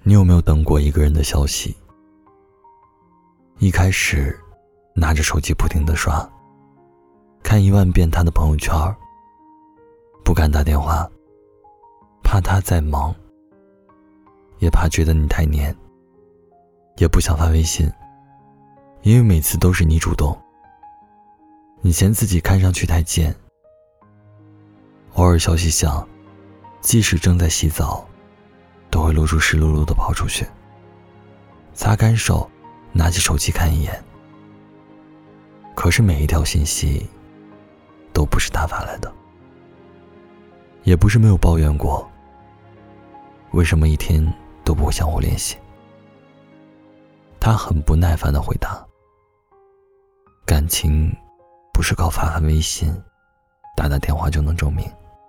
你有没有等过一个人的消息？一开始拿着手机不停地刷，看10000遍他的朋友圈，不敢打电话，怕他在忙，也怕觉得你太黏，也不想发微信，因为每次都是你主动，你嫌自己看上去太贱。偶尔消息响，即使正在洗澡，都会露出湿漉漉的跑出去，擦干手，拿起手机看一眼。可是每一条信息都不是他发来的，也不是没有抱怨过，为什么一天都不会相互联系。他很不耐烦地回答，感情不是靠发发微信打打电话就能证明。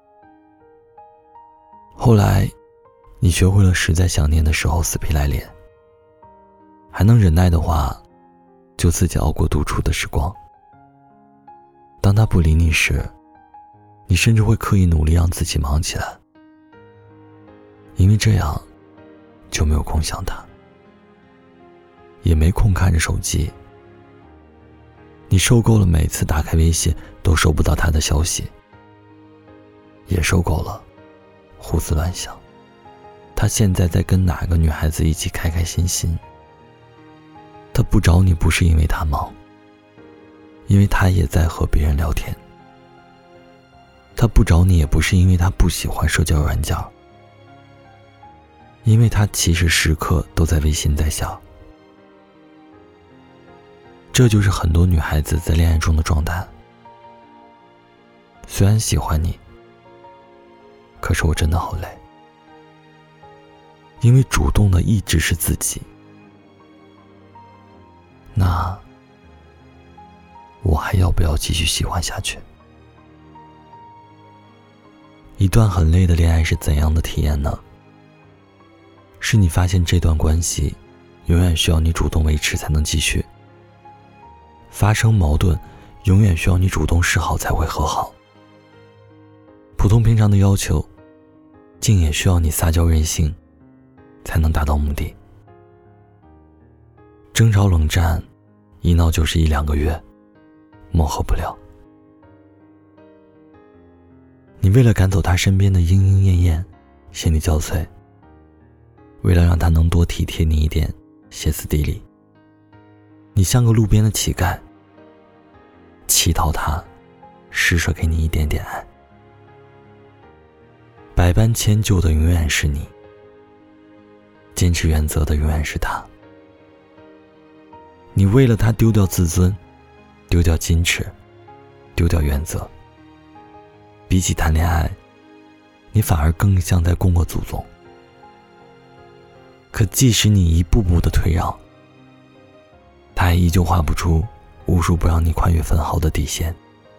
后来你学会了实在想念的时候死皮赖脸，还能忍耐的话就自己熬过独处的时光。当他不理你时，你甚至会刻意努力让自己忙起来，因为这样就没有空想他，也没空看着手机。你受够了每次打开微信都收不到他的消息，也受够了胡思乱想他现在在跟哪个女孩子一起开开心心。他不找你不是因为他忙，因为他也在和别人聊天。他不找你也不是因为他不喜欢社交软件，因为他其实时刻都在微信在想。这就是很多女孩子在恋爱中的状态。虽然喜欢你，可是我真的好累，因为主动的一直是自己。那我还要不要继续喜欢下去？一段很累的恋爱是怎样的体验呢？是你发现这段关系永远需要你主动维持才能继续，发生矛盾永远需要你主动示好才会和好，普通平常的要求竟也需要你撒娇任性才能达到目的。争吵冷战一闹就是1-2个月，磨合不了。你为了赶走他身边的莺莺燕燕心力交瘁，为了让他能多体贴你一点歇斯底里，你像个路边的乞丐，乞讨他施舍给你一点点爱。百般迁就的永远是你，坚持原则的永远是他。你为了他丢掉自尊，丢掉矜持，丢掉原则。比起谈恋爱，你反而更像在供个祖宗。可即使你一步步的退让，他也依旧画不出无数不让你跨越分毫的底线。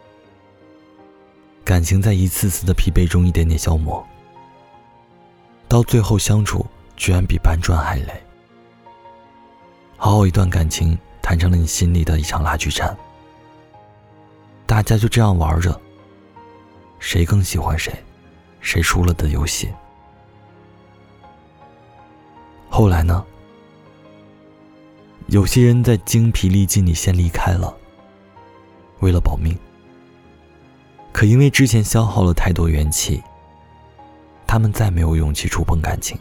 感情在一次次的疲惫中一点点消磨，到最后相处居然比搬砖还累。好好一段感情谈成了你心里的一场拉锯战，大家就这样玩着，谁更喜欢谁，谁输了的游戏。后来呢？有些人在精疲力尽里先离开了，为了保命，可因为之前消耗了太多元气，他们再没有勇气触碰感情。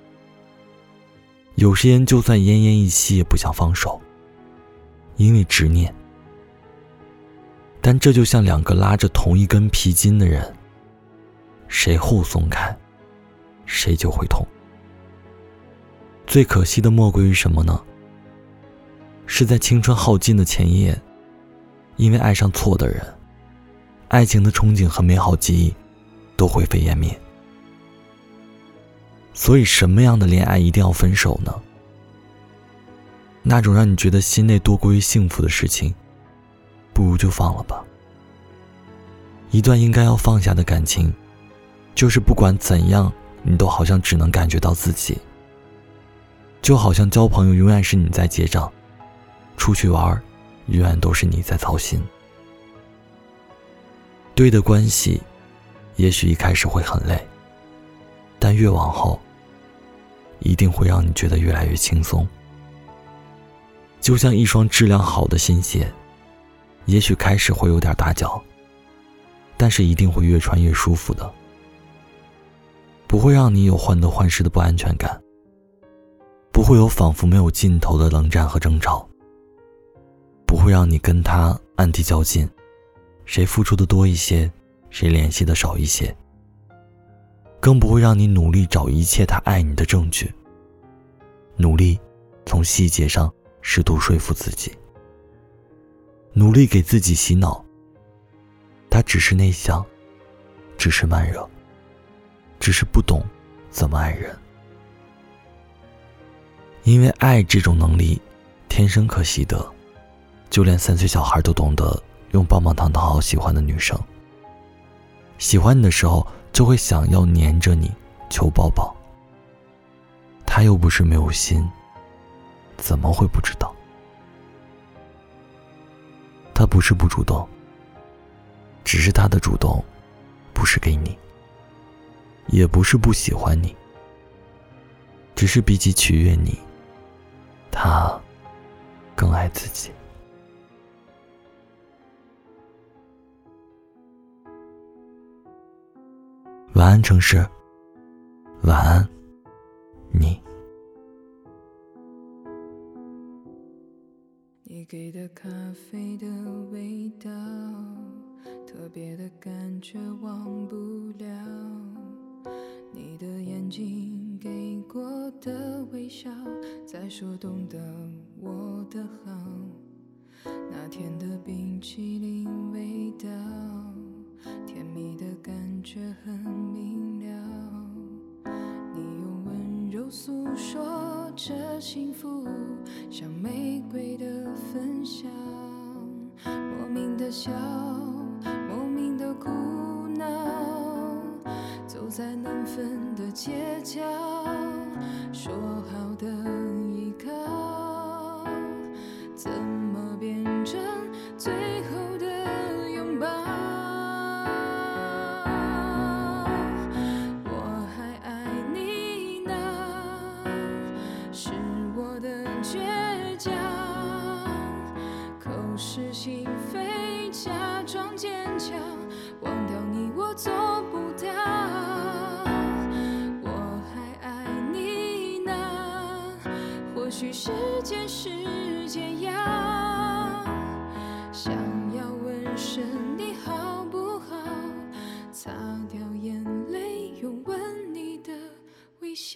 有些人就算奄奄一息也不想放手，因为执念。但这就像2个拉着同一根皮筋的人，谁后松开，谁就会痛。最可惜的莫过于什么呢？是在青春耗尽的前夜，因为爱上错的人，爱情的憧憬和美好记忆都灰飞烟灭。所以什么样的恋爱一定要分手呢？那种让你觉得心累多过于幸福的事情，不如就放了吧。一段应该要放下的感情，就是不管怎样你都好像只能感觉到自己，就好像交朋友永远是你在结账，出去玩永远都是你在操心。对的关系也许一开始会很累，但越往后一定会让你觉得越来越轻松。就像一双质量好的新鞋，也许开始会有点大脚，但是一定会越穿越舒服的，不会让你有患得患失的不安全感，不会有仿佛没有尽头的冷战和争吵，不会让你跟他暗地较劲，谁付出的多一些，谁联系的少一些，更不会让你努力找一切他爱你的证据，努力从细节上试图说服自己，努力给自己洗脑，他只是内向，只是慢热，只是不懂怎么爱人。因为爱这种能力天生可习得，就连3岁小孩都懂得用棒棒糖讨好喜欢的女生，喜欢你的时候就会想要黏着你求抱抱。他又不是没有心，怎么会不知道？他不是不主动，只是他的主动不是给你，也不是不喜欢你，只是比起取悦你，他更爱自己。晚安城市，晚安你。 你给的咖啡的味道，特别的感觉忘不了。你的眼睛给过的微笑，在说懂得我的好。那天的冰淇淋味道，甜蜜的感觉很明了。你用温柔诉说着幸福，像玫瑰的芬香。莫名的笑，莫名的苦恼，走在难分的街角，说好的依靠，怎么变成最后的拥抱？我还爱你呢，是我的倔强，口是心非，假装坚强，忘掉你我做不到。我还爱你呢，或许时间是解药，想要问声你好不好，擦掉眼泪，拥吻你的微笑。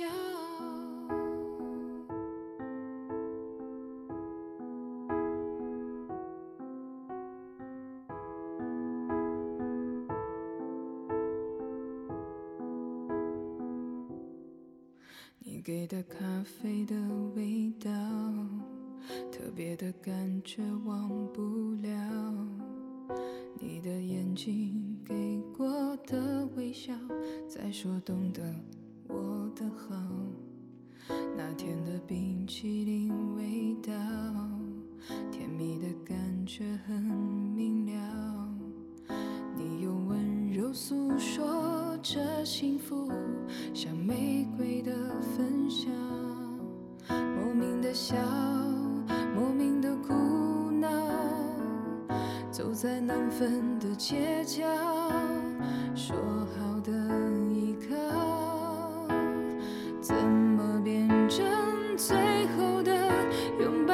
你给的咖啡的味道，特别的感觉忘不了。你的眼睛给过的微笑，在说懂得我的好。那天的冰淇淋味道，甜蜜的感觉很明了。你用温柔诉说着幸福，像玫瑰的芬香。莫名的笑，莫名的苦恼，走在难分的街角，说好的依靠，怎么变成最后的拥抱？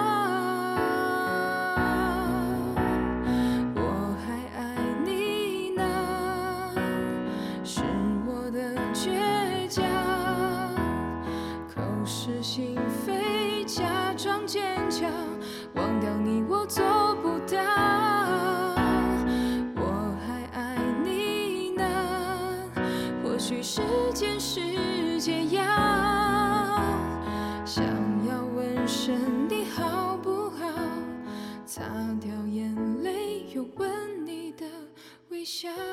我还爱你呢，是我的倔强，口是心非，假装坚强，忘掉你我做不到。我还爱你呢，或许时间是解药，想要问声你好不好，擦掉眼泪，拥吻你的微笑。